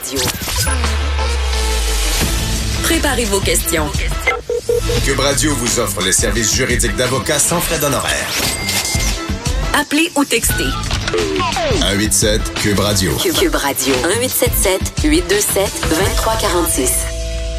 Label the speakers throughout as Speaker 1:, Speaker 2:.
Speaker 1: Radio. Préparez vos questions.
Speaker 2: Cube Radio vous offre les services juridiques d'avocats sans frais d'honoraires.
Speaker 1: Appelez ou textez.
Speaker 2: 187 Cube Radio.
Speaker 1: Cube Radio. 1877-827-2346.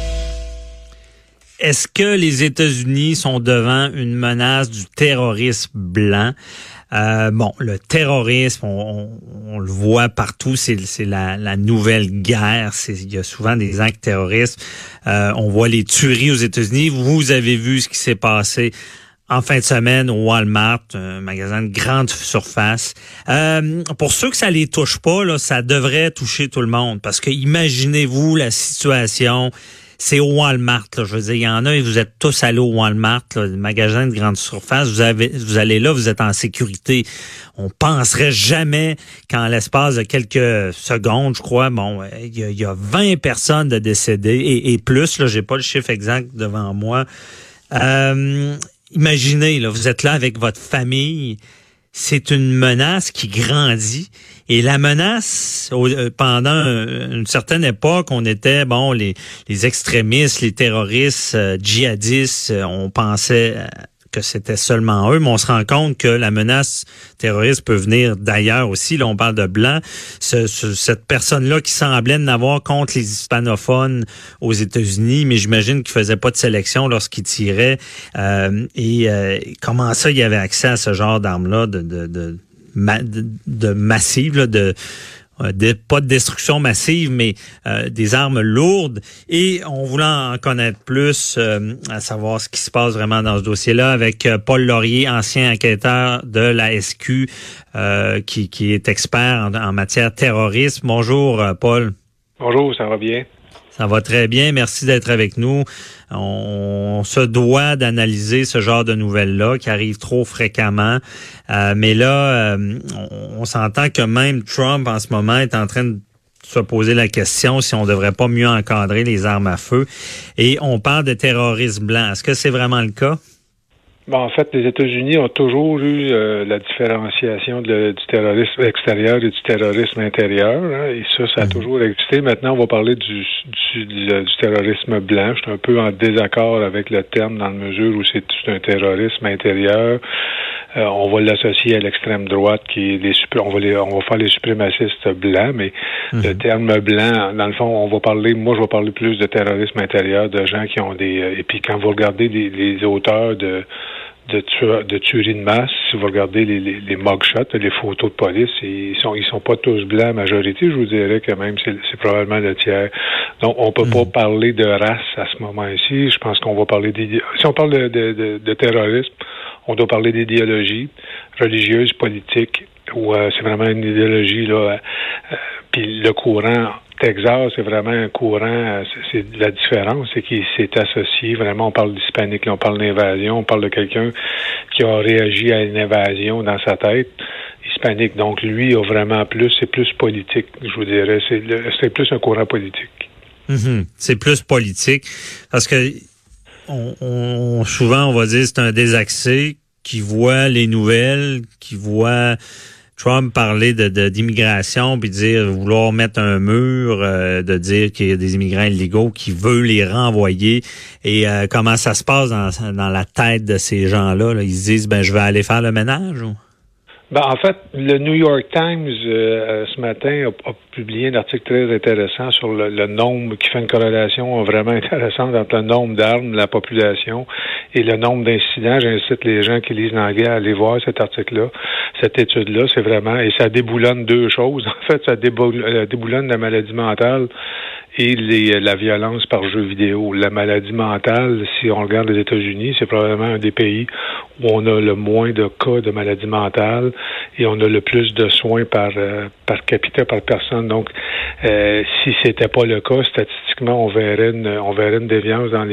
Speaker 3: Est-ce que les États-Unis sont devant une menace du terrorisme blanc? Le terrorisme, on le voit partout, c'est la nouvelle guerre. Il y a souvent des actes terroristes. On voit les tueries aux États-Unis. Vous avez vu ce qui s'est passé en fin de semaine au Walmart, un magasin de grande surface. Pour ceux que ça les touche pas, là, ça devrait toucher tout le monde. Parce que imaginez-vous la situation. C'est au Walmart, là. Je veux dire, il y en a et vous êtes tous allés au Walmart, là, le magasin de grande surface. Vous allez là, vous êtes en sécurité. On penserait jamais qu'en l'espace de quelques secondes, je crois, il y a 20 personnes de décédées et plus. Là, j'ai pas le chiffre exact devant moi. Imaginez, là, vous êtes là avec votre famille. C'est une menace qui grandit. Et la menace, pendant une certaine époque, on était, les extrémistes, les terroristes, djihadistes, on pensait que c'était seulement eux, mais on se rend compte que la menace terroriste peut venir d'ailleurs aussi. Là, on parle de blancs. Cette personne-là qui semblait n'avoir contre les hispanophones aux États-Unis, mais j'imagine qu'il faisait pas de sélection lorsqu'il tirait. Comment ça, il avait accès à ce genre d'armes-là de massive, là, pas de destruction massive, mais des armes lourdes. Et on voulait en connaître plus, à savoir ce qui se passe vraiment dans ce dossier-là, avec Paul Laurier, ancien enquêteur de la SQ, qui est expert en matière terroriste. Bonjour, Paul.
Speaker 4: Bonjour, ça va bien?
Speaker 3: Ça va très bien. Merci d'être avec nous. On se doit d'analyser ce genre de nouvelles-là qui arrivent trop fréquemment. Mais là, on s'entend que même Trump, en ce moment, est en train de se poser la question si on ne devrait pas mieux encadrer les armes à feu. Et on parle de terrorisme blanc. Est-ce que c'est vraiment le cas?
Speaker 4: En fait, les États-Unis ont toujours eu la différenciation du terrorisme extérieur et du terrorisme intérieur. Hein, et ça a toujours existé. Maintenant, on va parler du terrorisme blanc. Je suis un peu en désaccord avec le terme dans la mesure où c'est un terrorisme intérieur. On va l'associer à l'extrême droite qui est on va faire les suprémacistes blancs, mais le terme blanc, dans le fond, je vais parler plus de terrorisme intérieur, de gens qui ont et puis quand vous regardez les auteurs de tueries de masse, si vous regardez les mugshots, les photos de police, ils sont pas tous blancs, majorité, je vous dirais que même c'est probablement le tiers. Donc, on peut pas parler de race à ce moment-ci. Je pense qu'on va parler si on parle de terrorisme, on doit parler d'idéologie religieuse, politique, où c'est vraiment une idéologie, là. Puis le courant Texas, c'est vraiment un courant, c'est la différence, c'est qu'il s'est associé, vraiment, on parle d'hispanique, là, on parle d'invasion, on parle de quelqu'un qui a réagi à une invasion dans sa tête, hispanique. Donc, lui a vraiment c'est plus politique, je vous dirais, c'est plus un courant politique.
Speaker 3: C'est plus politique, parce que souvent, on va dire, c'est un désaxé qui voit les nouvelles, qui voit Trump parler d'immigration, puis dire vouloir mettre un mur, de dire qu'il y a des immigrants illégaux qui veulent les renvoyer. Et comment ça se passe dans la tête de ces gens-là? Là? Ils se disent, je vais aller faire le ménage? Ou?
Speaker 4: En fait, le New York Times, ce matin, a publié un article très intéressant sur le nombre, qui fait une corrélation vraiment intéressante entre le nombre d'armes, la population, et le nombre d'incidents. J'incite les gens qui lisent l'anglais à aller voir cet article-là, cette étude-là. C'est vraiment, et ça déboulonne deux choses. En fait, ça déboulonne la maladie mentale et la violence par jeu vidéo. La maladie mentale, si on regarde les États-Unis, c'est probablement un des pays où on a le moins de cas de maladie mentale et on a le plus de soins par capita, par personne. Donc, si c'était pas le cas, statistiquement, on verrait une déviance dans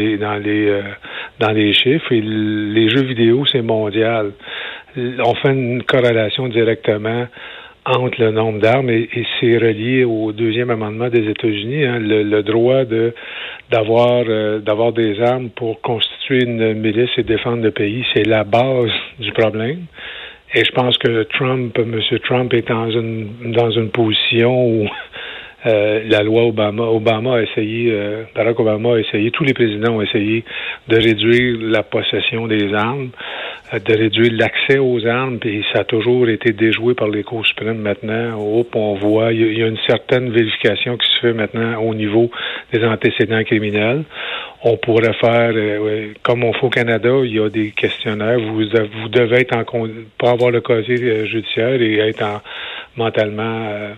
Speaker 4: les chiffres. Et les jeux vidéo, c'est mondial. On fait une corrélation directement entre le nombre d'armes et c'est relié au deuxième amendement des États-Unis, hein, le droit d'avoir des armes pour constituer une milice et défendre le pays, c'est la base du problème. Et je pense que M. Trump est dans une position où la loi Obama a essayé, Barack Obama a essayé, tous les présidents ont essayé de réduire la possession des armes, de réduire l'accès aux armes, puis ça a toujours été déjoué par les cours suprêmes maintenant. On voit, il y a une certaine vérification qui se fait maintenant au niveau des antécédents criminels. On pourrait faire, comme on fait au Canada, il y a des questionnaires. Vous devez être pour avoir le casier judiciaire et être mentalement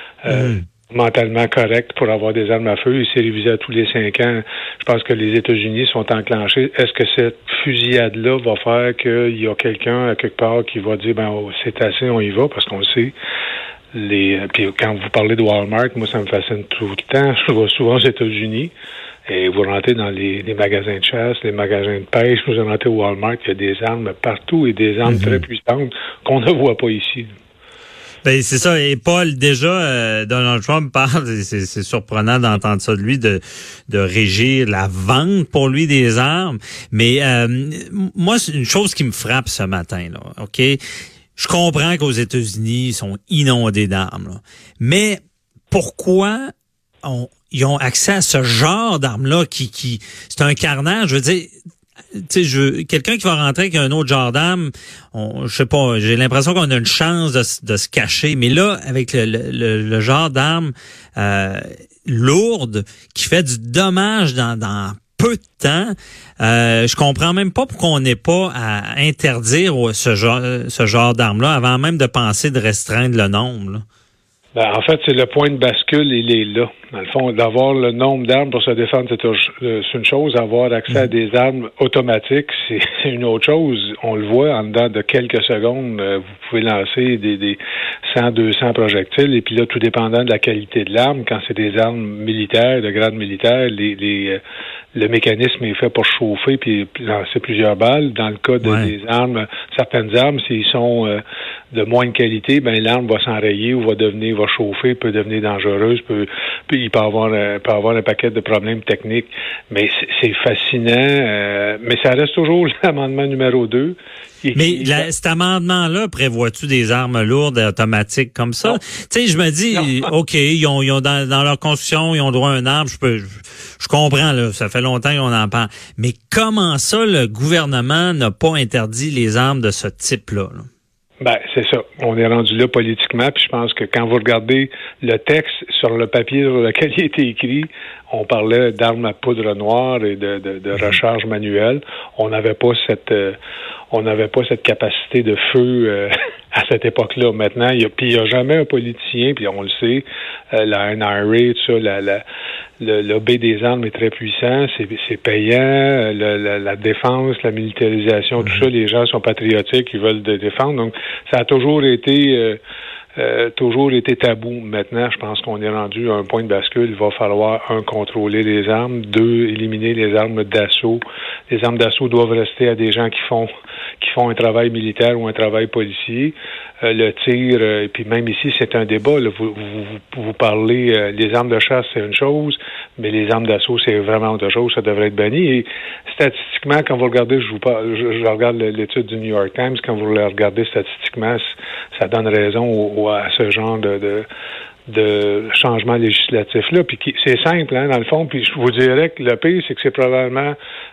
Speaker 4: correct pour avoir des armes à feu. C'est révisé à tous les 5 ans. Je pense que les États-Unis sont enclenchés. Est-ce que cette fusillade-là va faire qu'il y a quelqu'un à quelque part qui va dire c'est assez, on y va, parce qu'on le sait. Puis quand vous parlez de Walmart, moi ça me fascine tout le temps. Je vais souvent aux États-Unis. Et vous rentrez dans les magasins de chasse, les magasins de pêche, vous rentrez au Walmart, il y a des armes partout et des armes très puissantes qu'on ne voit pas ici.
Speaker 3: Ben c'est ça. Et Paul, déjà, Donald Trump parle, c'est surprenant d'entendre ça de lui, de régir la vente pour lui des armes. Mais moi, c'est une chose qui me frappe ce matin, là. OK? Je comprends qu'aux États-Unis, ils sont inondés d'armes, là. Mais pourquoi ils ont accès à ce genre d'armes-là qui c'est un carnage. Je veux dire, tu sais, quelqu'un qui va rentrer avec un autre genre d'arme, je sais pas, j'ai l'impression qu'on a une chance de se cacher. Mais là, avec le genre d'arme lourde qui fait du dommage dans peu de temps, je comprends même pas pourquoi on n'est pas à interdire ce genre d'arme-là avant même de penser de restreindre le nombre, là.
Speaker 4: En fait, c'est le point de bascule, il est là. Dans le fond, d'avoir le nombre d'armes pour se défendre, c'est une chose. Avoir accès à des armes automatiques, c'est une autre chose. On le voit, en dedans de quelques secondes, vous pouvez lancer des 100, 200 projectiles. Et puis là, tout dépendant de la qualité de l'arme, quand c'est des armes militaires, de grade militaire, le mécanisme est fait pour chauffer puis lancer plusieurs balles. Dans le cas des armes, certaines armes, s'ils sont de moindre qualité, l'arme va s'enrayer ou va chauffer, peut devenir dangereuse, il peut avoir un paquet de problèmes techniques. Mais c'est fascinant. Mais ça reste toujours l'amendement numéro 2.
Speaker 3: Mais cet amendement-là, prévoit-tu des armes lourdes et automatiques comme ça? Tu sais, je me dis, OK, ils ont dans leur constitution, ils ont droit à un arme. Je comprends, là, ça fait longtemps qu'on en parle. Mais comment ça, le gouvernement n'a pas interdit les armes de ce type-là, là?
Speaker 4: C'est ça. On est rendu là politiquement, puis je pense que quand vous regardez le texte sur le papier sur lequel il a été écrit, on parlait d'armes à poudre noire et de recharge manuelle. On n'avait pas cette capacité de feu à cette époque-là. Maintenant, il y a jamais un politicien, puis on le sait, la NRA, tout ça, le lobby des armes est très puissant, c'est payant, la défense, la militarisation, tout ça, les gens sont patriotiques, ils veulent défendre. Donc, ça a toujours été tabou. Maintenant, je pense qu'on est rendu à un point de bascule. Il va falloir, contrôler les armes, 2, éliminer les armes d'assaut. Les armes d'assaut doivent rester à des gens qui font un travail militaire ou un travail policier. Le tir, et puis même ici, c'est un débat. Là, vous parlez, les armes de chasse, c'est une chose, mais les armes d'assaut, c'est vraiment autre chose. Ça devrait être banni. Et statistiquement, quand vous regardez, je regarde l'étude du New York Times, quand vous la regardez statistiquement, ça donne raison à ce genre de changement législatif-là. Puis c'est simple, dans le fond. Puis je vous dirais que le pire, c'est que c'est probablement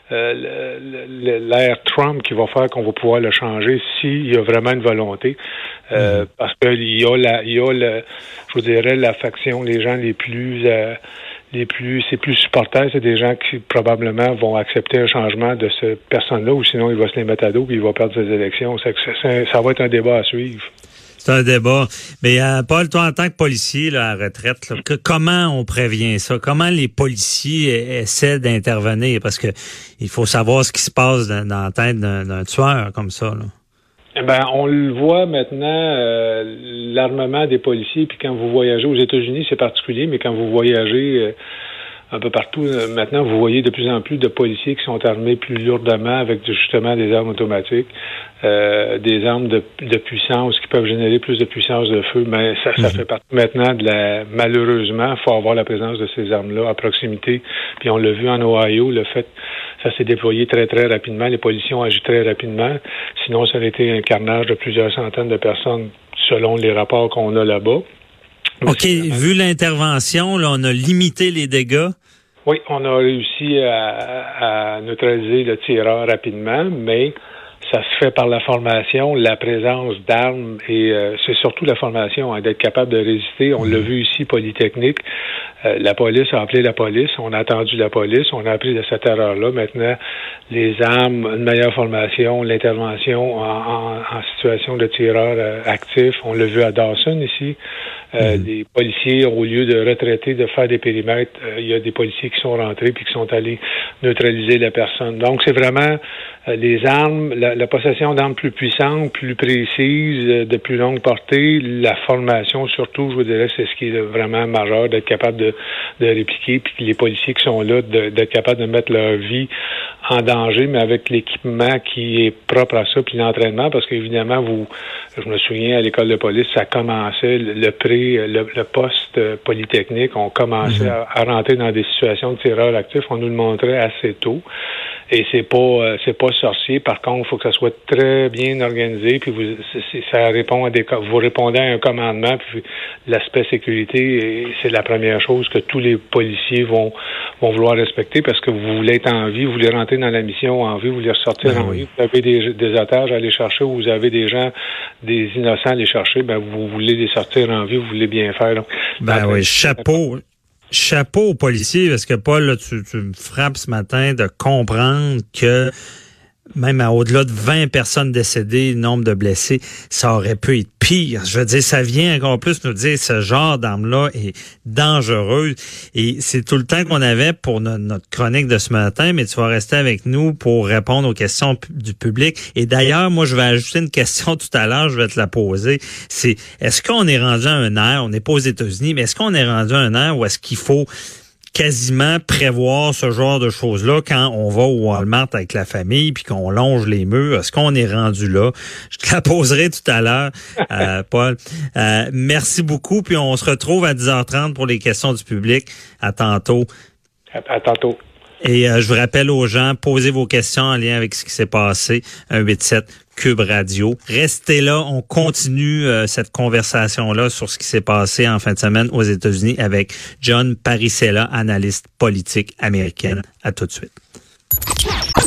Speaker 4: l'ère Trump qui va faire qu'on va pouvoir le changer s'il y a vraiment une volonté. Parce que je vous dirais, la faction, les gens les plus supporters, c'est des gens qui probablement vont accepter un changement de cette personne-là, ou sinon il va se les mettre à dos et il va perdre ses élections. Ça va être un débat à suivre.
Speaker 3: C'est un débat. Mais Paul, toi, en tant que policier là, à retraite, là, comment on prévient ça? Comment les policiers essaient d'intervenir? Parce que il faut savoir ce qui se passe dans la tête d'un tueur comme ça, là.
Speaker 4: On le voit maintenant, l'armement des policiers, puis quand vous voyagez aux États-Unis, c'est particulier, mais quand vous voyagez un peu partout, maintenant, vous voyez de plus en plus de policiers qui sont armés plus lourdement avec justement des armes automatiques, des armes de puissance qui peuvent générer plus de puissance de feu, mais ça fait partie maintenant malheureusement, il faut avoir la présence de ces armes-là à proximité. Puis on l'a vu en Ohio, le fait ça s'est déployé très, très rapidement. Les policiers ont agi très rapidement. Sinon, ça aurait été un carnage de plusieurs centaines de personnes selon les rapports qu'on a là-bas.
Speaker 3: OK, vu l'intervention, là, on a limité les dégâts.
Speaker 4: Oui, on a réussi à neutraliser le tireur rapidement, mais ça se fait par la formation, la présence d'armes et c'est surtout la formation, d'être capable de résister. On l'a vu ici, Polytechnique. La police a appelé la police, on a attendu la police, on a appris de cette erreur-là. Maintenant, les armes, une meilleure formation, l'intervention en situation de tireur actif. On l'a vu à Dawson ici. Des policiers, au lieu de retraiter, de faire des périmètres, il y a des policiers qui sont rentrés puis qui sont allés neutraliser la personne. Donc, c'est vraiment les armes, la possession d'armes plus puissantes, plus précises, de plus longue portée, la formation surtout, je vous dirais, c'est ce qui est vraiment majeur, d'être capable de répliquer, puis les policiers qui sont là, d'être capable de mettre leur vie en danger, mais avec l'équipement qui est propre à ça, puis l'entraînement, parce qu'évidemment, je me souviens, à l'école de police, ça commençait, le poste Polytechnique, on commençait à rentrer dans des situations de tireurs actifs, on nous le montrait assez tôt. Et c'est pas sorcier. Par contre, il faut que ça soit très bien organisé. Puis ça répond vous répondez à un commandement. Puis l'aspect sécurité, c'est la première chose que tous les policiers vont vouloir respecter parce que vous voulez être en vie, vous voulez rentrer dans la mission en vie, vous voulez ressortir en vie. Vous avez des otages à aller chercher ou vous avez des gens, des innocents à aller chercher. Ben vous voulez les sortir en vie, vous voulez bien faire. Donc,
Speaker 3: Chapeau aux policiers, parce que Paul, là, tu me frappes ce matin de comprendre que même au-delà de 20 personnes décédées, le nombre de blessés, ça aurait pu être pire. Je veux dire, ça vient encore plus nous dire ce genre d'arme-là est dangereuse. Et c'est tout le temps qu'on avait pour notre chronique de ce matin, mais tu vas rester avec nous pour répondre aux questions du public. Et d'ailleurs, moi, je vais ajouter une question tout à l'heure, je vais te la poser. C'est, est-ce qu'on est rendu à un air, on n'est pas aux États-Unis, mais est-ce qu'on est rendu à un air où est-ce qu'il faut quasiment prévoir ce genre de choses-là quand on va au Walmart avec la famille puis qu'on longe les murs? Est-ce qu'on est rendu là? Je te la poserai tout à l'heure, Paul. Merci beaucoup, puis on se retrouve à 10h30 pour les questions du public. À tantôt.
Speaker 4: À tantôt.
Speaker 3: Et je vous rappelle aux gens, posez vos questions en lien avec ce qui s'est passé. 187 Cube Radio. Restez là, on continue cette conversation-là sur ce qui s'est passé en fin de semaine aux États-Unis avec John Parisella, analyste politique américaine. À tout de suite.